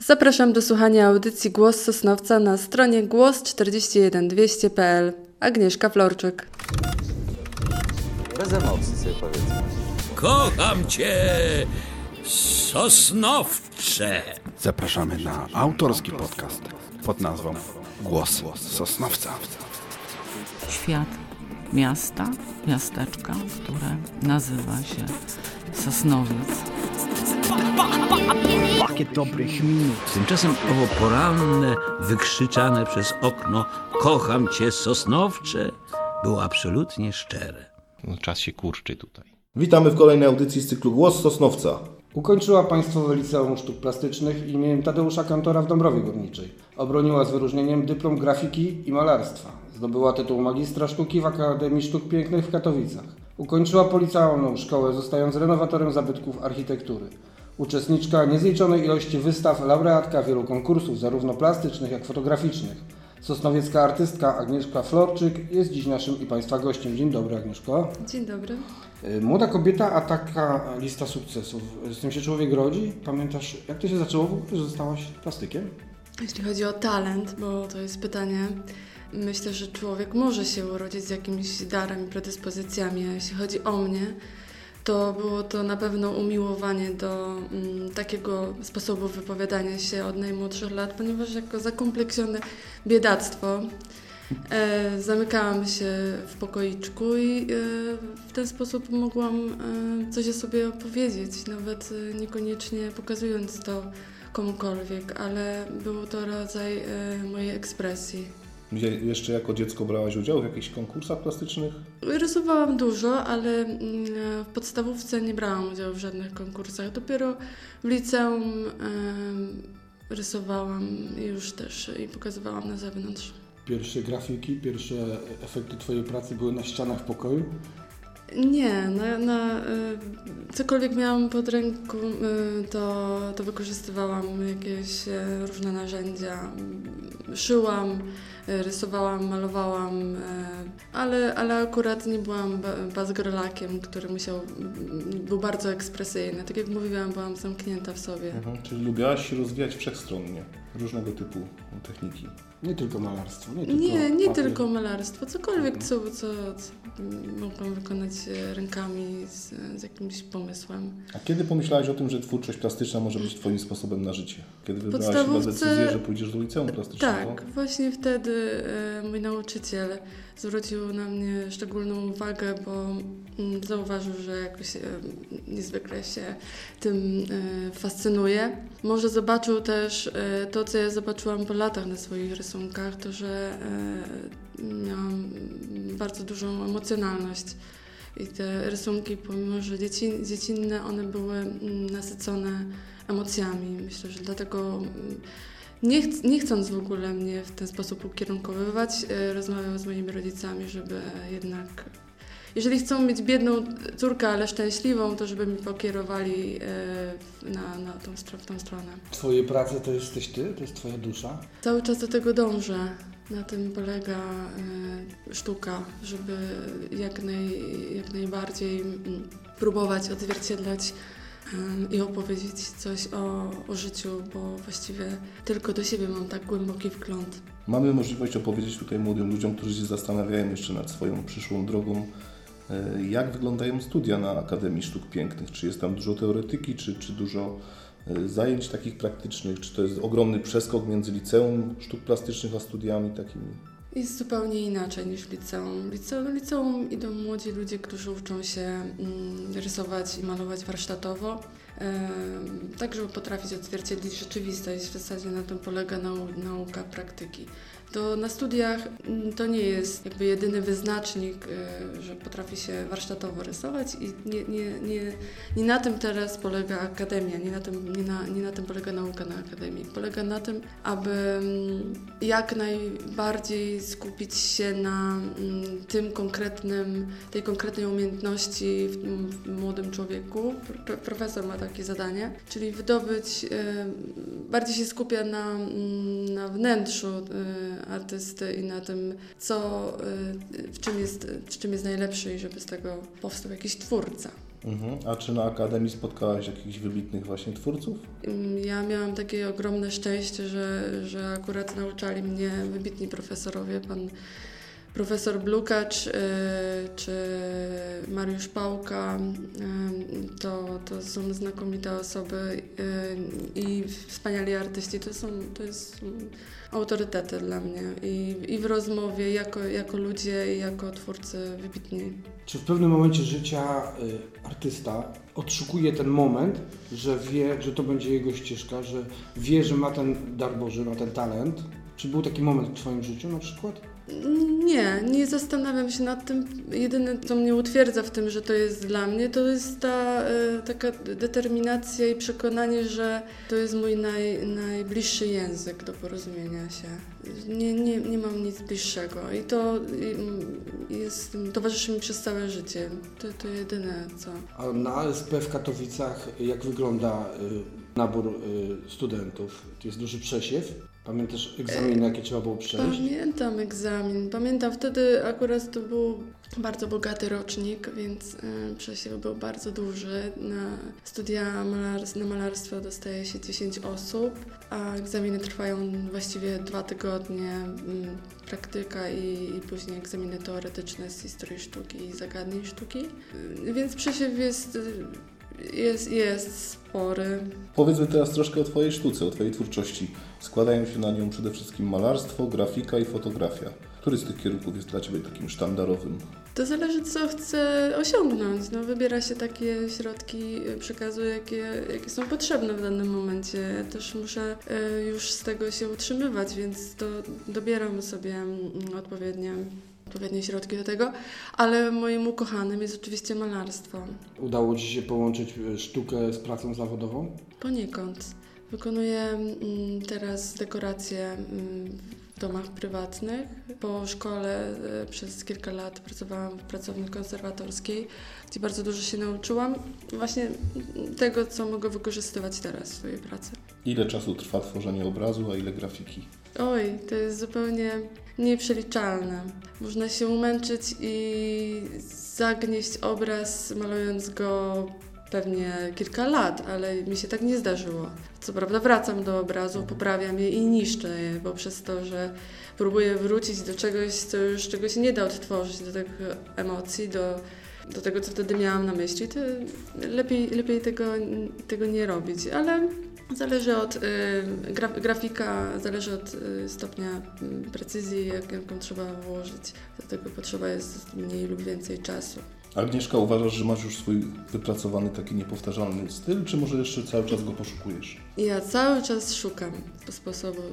Zapraszam do słuchania audycji Głos Sosnowca na stronie głos41200.pl. Agnieszka Florczyk. Bez emocji sobie powiedzmy. Kocham cię, Sosnowcze. Zapraszamy na autorski podcast pod nazwą Głos Sosnowca. Świat miasta, miasteczka, które nazywa się Sosnowiec. Pakiet dobrych minut. Tymczasem owo poranne, wykrzyczane przez okno kocham cię, Sosnowcze, było absolutnie szczere. Czas się kurczy tutaj. Witamy w kolejnej audycji z cyklu Głos Sosnowca. Ukończyła Państwowe Liceum Sztuk Plastycznych im. Tadeusza Kantora w Dąbrowie Górniczej. Obroniła z wyróżnieniem dyplom grafiki i malarstwa. Zdobyła tytuł magistra sztuki w Akademii Sztuk Pięknych w Katowicach. Ukończyła policealną szkołę, zostając renowatorem zabytków architektury. Uczestniczka niezliczonej ilości wystaw, laureatka wielu konkursów, zarówno plastycznych, jak fotograficznych. Sosnowiecka artystka Agnieszka Florczyk jest dziś naszym i Państwa gościem. Dzień dobry, Agnieszko. Dzień dobry. Młoda kobieta, a taka lista sukcesów. Z tym się człowiek rodzi? Pamiętasz, jak to się zaczęło w ogóle, że zostałaś plastykiem? Jeśli chodzi o talent, bo to jest pytanie, myślę, że człowiek może się urodzić z jakimś darem i predyspozycjami. A jeśli chodzi o mnie, to było to na pewno umiłowanie do takiego sposobu wypowiadania się od najmłodszych lat, ponieważ jako zakompleksione biedactwo zamykałam się w pokoiczku i w ten sposób mogłam coś o sobie opowiedzieć, nawet niekoniecznie pokazując to komukolwiek, ale był to rodzaj mojej ekspresji. Jeszcze jako dziecko brałaś udział w jakichś konkursach plastycznych? Rysowałam dużo, ale w podstawówce nie brałam udziału w żadnych konkursach. Dopiero w liceum rysowałam już też i pokazywałam na zewnątrz. Pierwsze grafiki, pierwsze efekty Twojej pracy były na ścianach pokoju? Nie, cokolwiek miałam pod ręką, to wykorzystywałam jakieś różne narzędzia. Szyłam, rysowałam, malowałam, ale akurat nie byłam bazgrolakiem, który był bardzo ekspresyjny. Tak jak mówiłam, byłam zamknięta w sobie. Czyli lubiałaś się rozwijać wszechstronnie, różnego typu techniki. Nie tylko malarstwo. Nie tylko malarstwo, cokolwiek, co mogłam wykonać rękami z jakimś pomysłem. A kiedy pomyślałaś o tym, że twórczość plastyczna może być Twoim sposobem na życie? Kiedy wybrałaś chyba decyzję, że pójdziesz do liceum plastycznego? Tak, właśnie wtedy mój nauczyciel zwrócił na mnie szczególną uwagę, bo zauważył, że jakoś niezwykle się tym fascynuje. Może zobaczył też to, co ja zobaczyłam po latach na swoich rysunkach, to, że miałam bardzo dużą emocjonalność. I te rysunki, pomimo że dziecinne, one były nasycone emocjami. Myślę, że dlatego nie chcąc w ogóle mnie w ten sposób ukierunkowywać, rozmawiam z moimi rodzicami, żeby jednak, jeżeli chcą mieć biedną córkę, ale szczęśliwą, to żeby mi pokierowali w tą stronę. Twoje prace to jesteś Ty? To jest Twoja dusza? Cały czas do tego dążę. Na tym polega sztuka, żeby jak najbardziej próbować odzwierciedlać i opowiedzieć coś o życiu, bo właściwie tylko do siebie mam tak głęboki wgląd. Mamy możliwość opowiedzieć tutaj młodym ludziom, którzy się zastanawiają jeszcze nad swoją przyszłą drogą, jak wyglądają studia na Akademii Sztuk Pięknych. Czy jest tam dużo teoretyki, czy dużo zajęć takich praktycznych, czy to jest ogromny przeskok między liceum sztuk plastycznych a studiami takimi? Jest zupełnie inaczej niż w liceum. Liceum idą młodzi ludzie, którzy uczą się rysować i malować warsztatowo, tak żeby potrafić odzwierciedlić rzeczywistość. W zasadzie na tym polega nauka praktyki. To na studiach to nie jest jakby jedyny wyznacznik, że potrafi się warsztatowo rysować i nie na tym teraz polega akademia, nie na tym polega nauka na akademii. Polega na tym, aby jak najbardziej skupić się na tej konkretnej umiejętności w młodym człowieku. Profesor ma takie zadanie, czyli bardziej się skupia na wnętrzu artysty i na tym, w czym jest najlepszy i żeby z tego powstał jakiś twórca. A czy na Akademii spotkałaś jakichś wybitnych właśnie twórców? Ja miałam takie ogromne szczęście, że akurat nauczali mnie wybitni profesorowie, pan profesor Blukacz czy Mariusz Pałka. To są znakomite osoby i wspaniali artyści. To jest autorytety dla mnie i w rozmowie jako ludzie i jako twórcy wybitni. Czy w pewnym momencie życia artysta odszukuje ten moment, że wie, że to będzie jego ścieżka, że wie, że ma ten dar Boży, ma ten talent? Czy był taki moment w Twoim życiu na przykład? Nie zastanawiam się nad tym. Jedyne, co mnie utwierdza w tym, że to jest dla mnie, to jest ta taka determinacja i przekonanie, że to jest mój najbliższy język do porozumienia się. Nie mam nic bliższego i to towarzyszy mi przez całe życie. To jedyne, co. A na ASP w Katowicach jak wygląda nabór studentów? To jest duży przesiew? Pamiętasz egzaminy, jakie trzeba było przejść? Pamiętam egzamin. Pamiętam, wtedy akurat to był bardzo bogaty rocznik, więc przesiew był bardzo duży. Na studia na malarstwo dostaje się 10 osób, a egzaminy trwają właściwie 2 tygodnie. Praktyka i później egzaminy teoretyczne z historii sztuki i zagadnień sztuki. Więc przesiew jest spory. Powiedzmy teraz troszkę o Twojej sztuce, o Twojej twórczości. Składają się na nią przede wszystkim malarstwo, grafika i fotografia. Który z tych kierunków jest dla Ciebie takim sztandarowym? To zależy, co chcę osiągnąć. Wybiera się takie środki przekazu, jakie są potrzebne w danym momencie. Ja też muszę już z tego się utrzymywać, więc to dobieram sobie odpowiednie środki do tego, ale moim ukochanym jest oczywiście malarstwo. Udało Ci się połączyć sztukę z pracą zawodową? Poniekąd. Wykonuję teraz dekoracje w domach prywatnych. Po szkole przez kilka lat pracowałam w pracowni konserwatorskiej, gdzie bardzo dużo się nauczyłam właśnie tego, co mogę wykorzystywać teraz w swojej pracy. Ile czasu trwa tworzenie obrazu, a ile grafiki? Oj, to jest zupełnie nieprzeliczalne. Można się umęczyć i zagnieść obraz, malując go pewnie kilka lat, ale mi się tak nie zdarzyło. Co prawda wracam do obrazu, poprawiam je i niszczę je, bo przez to, że próbuję wrócić do czegoś, czego się nie da odtworzyć, do tych emocji, do tego, co wtedy miałam na myśli, to lepiej tego nie robić, ale zależy od grafika, zależy od stopnia precyzji, jaką trzeba włożyć. Do tego potrzeba jest mniej lub więcej czasu. Agnieszka, uważasz, że masz już swój wypracowany, taki niepowtarzalny styl, czy może jeszcze cały czas go poszukujesz? Ja cały czas szukam sposobu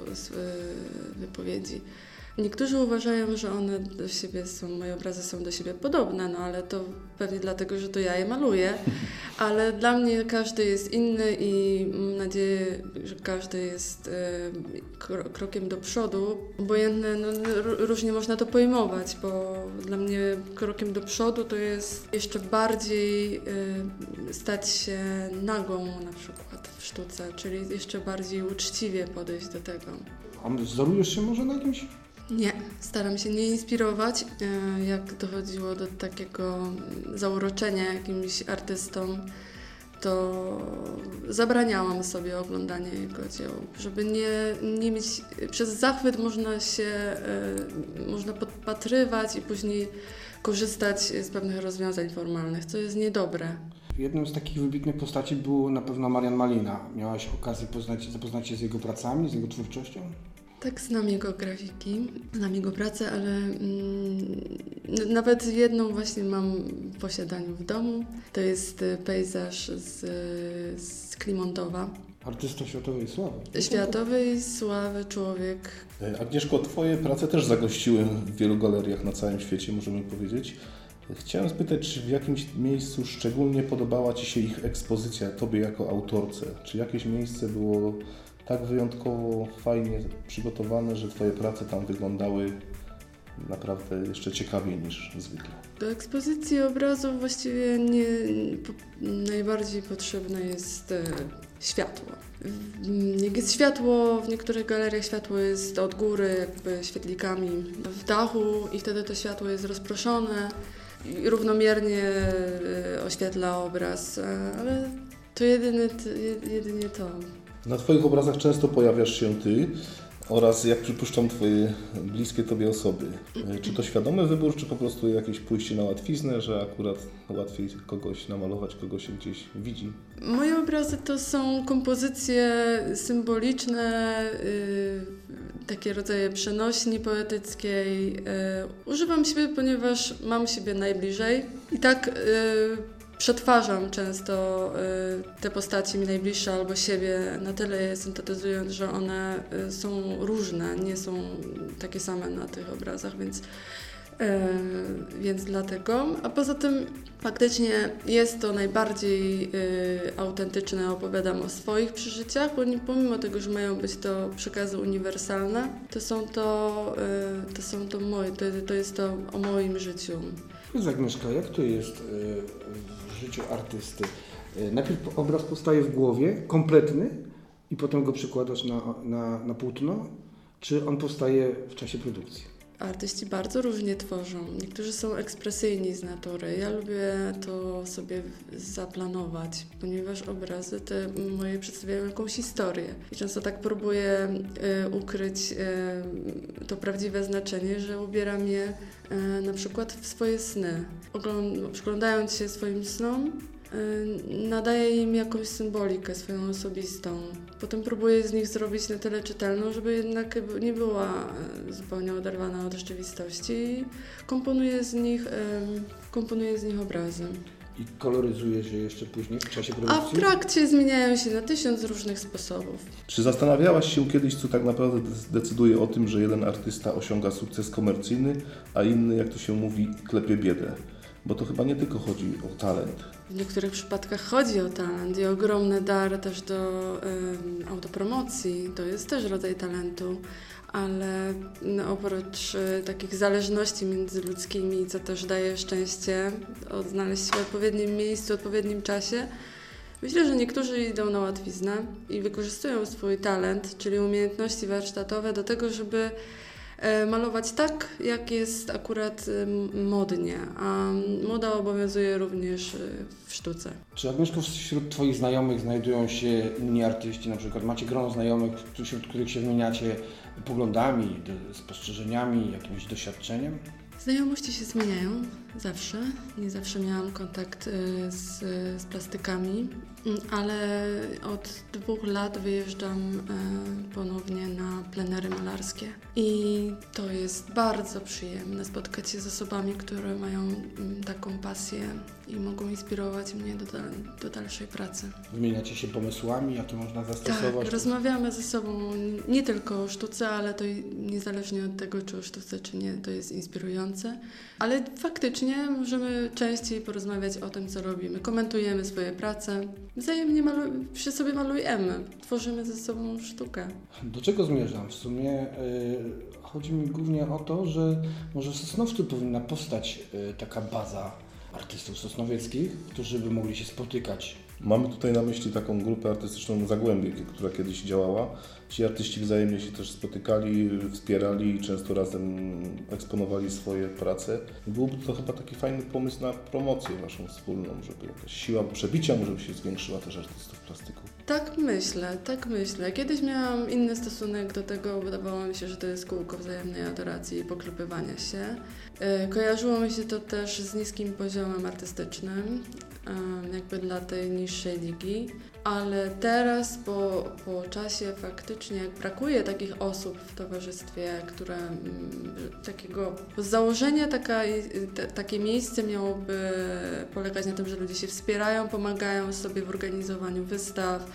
wypowiedzi. Niektórzy uważają, że one do siebie moje obrazy są do siebie podobne, ale to pewnie dlatego, że to ja je maluję, ale dla mnie każdy jest inny i mam nadzieję, że każdy jest krokiem do przodu. Obojętne, różnie można to pojmować, bo dla mnie krokiem do przodu to jest jeszcze bardziej stać się nagą na przykład w sztuce, czyli jeszcze bardziej uczciwie podejść do tego. A wzorujesz się może na kimś? Nie, staram się nie inspirować. Jak dochodziło do takiego zauroczenia jakimś artystą, to zabraniałam sobie oglądania jego dzieł, żeby nie mieć... Przez zachwyt można podpatrywać i później korzystać z pewnych rozwiązań formalnych, co jest niedobre. Jedną z takich wybitnych postaci był na pewno Marian Malina. Miałaś okazję zapoznać się z jego pracami, z jego twórczością? Tak, znam jego grafiki, znam jego pracę, ale nawet jedną właśnie mam w posiadaniu w domu. To jest pejzaż z Klimontowa. Artysta światowej sławy. Światowej sławy człowiek. Agnieszko, Twoje prace też zagościły w wielu galeriach na całym świecie, możemy powiedzieć. Chciałem spytać, czy w jakimś miejscu szczególnie podobała Ci się ich ekspozycja, Tobie jako autorce? Czy jakieś miejsce było tak wyjątkowo fajnie przygotowane, że Twoje prace tam wyglądały naprawdę jeszcze ciekawiej niż zwykle? Do ekspozycji obrazów właściwie najbardziej potrzebne jest światło. Jak jest światło, w niektórych galeriach światło jest od góry, jakby świetlikami w dachu i wtedy to światło jest rozproszone. równomiernie oświetla obraz, ale to jedynie to. Na Twoich obrazach często pojawiasz się Ty oraz, jak przypuszczam, Twoje bliskie Tobie osoby. Czy to świadomy wybór, czy po prostu jakieś pójście na łatwiznę, że akurat łatwiej kogoś namalować, kogo się gdzieś widzi? Moje obrazy to są kompozycje symboliczne, takie rodzaje przenośni poetyckiej. Używam siebie, ponieważ mam siebie najbliżej i tak przetwarzam często te postaci mi najbliższe albo siebie na tyle je syntetyzując, że one są różne, nie są takie same na tych obrazach, więc dlatego. A poza tym faktycznie jest to najbardziej autentyczne, opowiadam o swoich przeżyciach, bo pomimo tego, że mają być to przekazy uniwersalne, to jest to o moim życiu. Powiedz, Agnieszka, jak to jest w życiu artysty? Najpierw obraz powstaje w głowie, kompletny, i potem go przykładasz na płótno, czy on powstaje w czasie produkcji? Artyści bardzo różnie tworzą. Niektórzy są ekspresyjni z natury. Ja lubię to sobie zaplanować, ponieważ obrazy te moje przedstawiają jakąś historię. I często tak próbuję ukryć to prawdziwe znaczenie, że ubieram je na przykład w swoje sny. Przyglądając się swoim snom, nadaję im jakąś symbolikę swoją osobistą. Potem próbuję z nich zrobić na tyle czytelną, żeby jednak nie była zupełnie oderwana od rzeczywistości i komponuję z nich obrazy. I koloryzujesz je jeszcze później w czasie produkcji? A w trakcie zmieniają się na 1000 różnych sposobów. Czy zastanawiałaś się kiedyś, co tak naprawdę decyduje o tym, że jeden artysta osiąga sukces komercyjny, a inny, jak to się mówi, klepie biedę? Bo to chyba nie tylko chodzi o talent. W niektórych przypadkach chodzi o talent i ogromny dar też do autopromocji. To jest też rodzaj talentu, ale oprócz takich zależności międzyludzkimi, co też daje szczęście, odnaleźć się w odpowiednim miejscu, w odpowiednim czasie, myślę, że niektórzy idą na łatwiznę i wykorzystują swój talent, czyli umiejętności warsztatowe do tego, żeby malować tak, jak jest akurat modnie, a moda obowiązuje również w sztuce. Czy, Agnieszko, wśród Twoich znajomych znajdują się inni artyści? Na przykład macie grono znajomych, wśród których się wymieniacie poglądami, spostrzeżeniami, jakimś doświadczeniem? Znajomości się zmieniają zawsze. Nie zawsze miałam kontakt z plastykami, ale od 2 lat wyjeżdżam ponownie na plenery malarskie. I to jest bardzo przyjemne spotkać się z osobami, które mają taką pasję i mogą inspirować mnie do dalszej pracy. Wymieniacie się pomysłami, jakie można zastosować? Tak, rozmawiamy ze sobą nie tylko o sztuce, ale to niezależnie od tego, czy o sztuce, czy nie, to jest inspirujące. Ale faktycznie możemy częściej porozmawiać o tym, co robimy. Komentujemy swoje prace, wzajemnie przy sobie malujemy, tworzymy ze sobą sztukę. Do czego zmierzam? W sumie chodzi mi głównie o to, że może w Sosnowcu powinna powstać taka baza artystów sosnowieckich, którzy by mogli się spotykać. Mamy tutaj na myśli taką grupę artystyczną Zagłębie, która kiedyś działała. Ci artyści wzajemnie się też spotykali, wspierali i często razem eksponowali swoje prace. Byłby to chyba taki fajny pomysł na promocję waszą wspólną, żeby jakaś siła przebicia może się zwiększyła też artystów plastyku. Tak myślę. Kiedyś miałam inny stosunek do tego, wydawało mi się, że to jest kółko wzajemnej adoracji i poklepywania się. Kojarzyło mi się to też z niskim poziomem artystycznym, jakby dla tej niższej ligi, ale teraz po czasie faktycznie jak brakuje takich osób w towarzystwie, które takiego z założenia takie miejsce miałoby polegać na tym, że ludzie się wspierają, pomagają sobie w organizowaniu wystaw,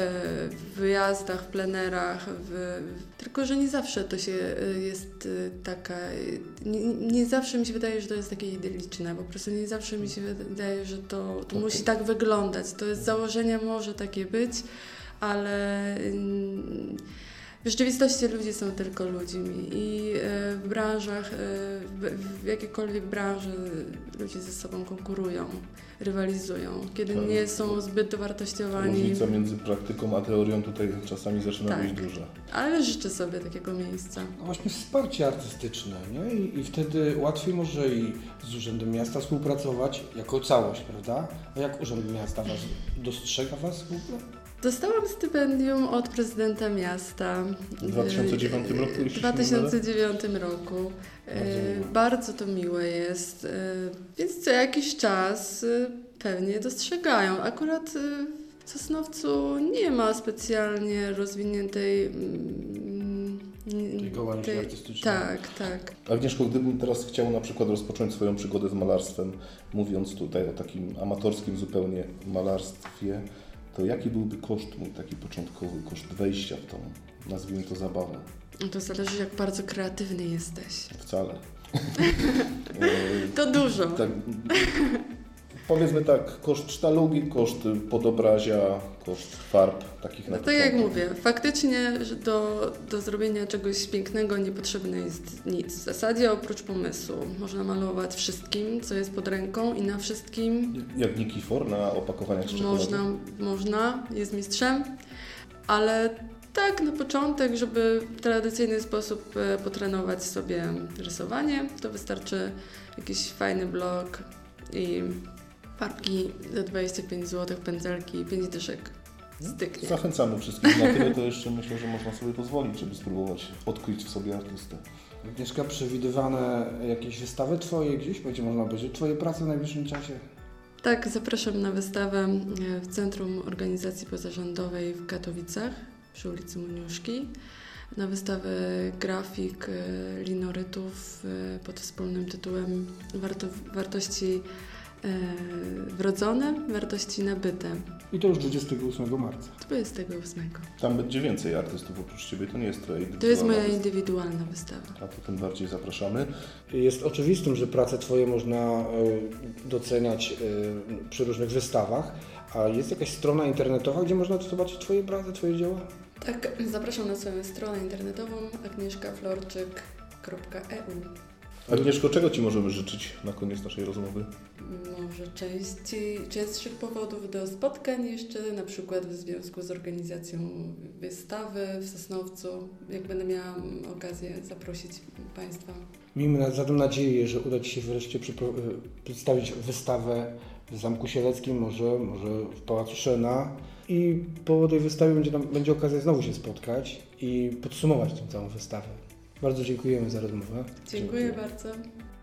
w wyjazdach, w plenerach, tylko że nie zawsze to się jest taka, nie zawsze mi się wydaje, że to jest takie idyliczne, po prostu nie zawsze mi się wydaje, że to musi tak wyglądać, to jest z założenia może takie być, ale W rzeczywistości ludzie są tylko ludźmi i w branżach, w jakiejkolwiek branży ludzie ze sobą konkurują, rywalizują. Kiedy nie są zbyt dowartościowani. Różnica między praktyką a teorią tutaj czasami zaczyna być duża. Ale życzę sobie takiego miejsca. No właśnie wsparcie artystyczne, nie? I wtedy łatwiej może i z Urzędem Miasta współpracować jako całość, prawda? A jak Urząd Miasta dostrzega Was w ogóle? Dostałam stypendium od prezydenta miasta. W 2009 roku? W 2009 roku. Bardzo to miłe jest, więc co jakiś czas pewnie dostrzegają. Akurat w Sosnowcu nie ma specjalnie rozwiniętej tej gałęzi artystycznej. Tak. Agnieszko, gdybym teraz chciał na przykład rozpocząć swoją przygodę z malarstwem, mówiąc tutaj o takim amatorskim zupełnie malarstwie, to jaki byłby koszt mój taki początkowy, koszt wejścia w tą, nazwijmy to, zabawę? To zależy, jak bardzo kreatywny jesteś. Wcale. To dużo. Tak, powiedzmy tak, koszt sztalugi, koszt podobrazia, koszt farb, takich na tak jak mówię, faktycznie że do zrobienia czegoś pięknego niepotrzebne jest nic. W zasadzie oprócz pomysłu. Można malować wszystkim, co jest pod ręką i na wszystkim. Jak Nikifor na opakowaniach z czekolady? Można, jest mistrzem, ale tak na początek, żeby w tradycyjny sposób potrenować sobie rysowanie, to wystarczy jakiś fajny blok i farbki za 25 zł, pędzelki, 5 dyszek. Styknie. Zachęcamy wszystkich na tyle, to jeszcze myślę, że można sobie pozwolić, żeby spróbować odkryć w sobie artystę. Agnieszka, przewidywane jakieś wystawy Twoje gdzieś? Będzie można obejrzeć Twoje prace w najbliższym czasie? Tak, zapraszam na wystawę w Centrum Organizacji Pozarządowej w Katowicach przy ulicy Muniuszki. Na wystawę grafik, linorytów pod wspólnym tytułem Wartości wrodzone, wartości nabyte. I to już 28 marca. 28. Tam będzie więcej artystów oprócz Ciebie, to nie jest Twoja indywidualna To jest moja wystawa. indywidualna wystawa. A to tym bardziej zapraszamy. Jest oczywistym, że prace Twoje można doceniać przy różnych wystawach, a jest jakaś strona internetowa, gdzie można zobaczyć Twoje prace, Twoje dzieła? Tak, zapraszam na swoją stronę internetową agnieszkaflorczyk.eu. Agnieszko, czego Ci możemy życzyć na koniec naszej rozmowy? Może częstszych powodów do spotkań jeszcze, na przykład w związku z organizacją wystawy w Sosnowcu, jak będę miała okazję zaprosić Państwa. Miejmy zatem nadzieję, że uda Ci się wreszcie przedstawić wystawę w Zamku Sieleckim, może w Pałacu Szena i po tej wystawie będzie okazja znowu się spotkać i podsumować tę całą wystawę. Bardzo dziękujemy za rozmowę. Dziękuję bardzo.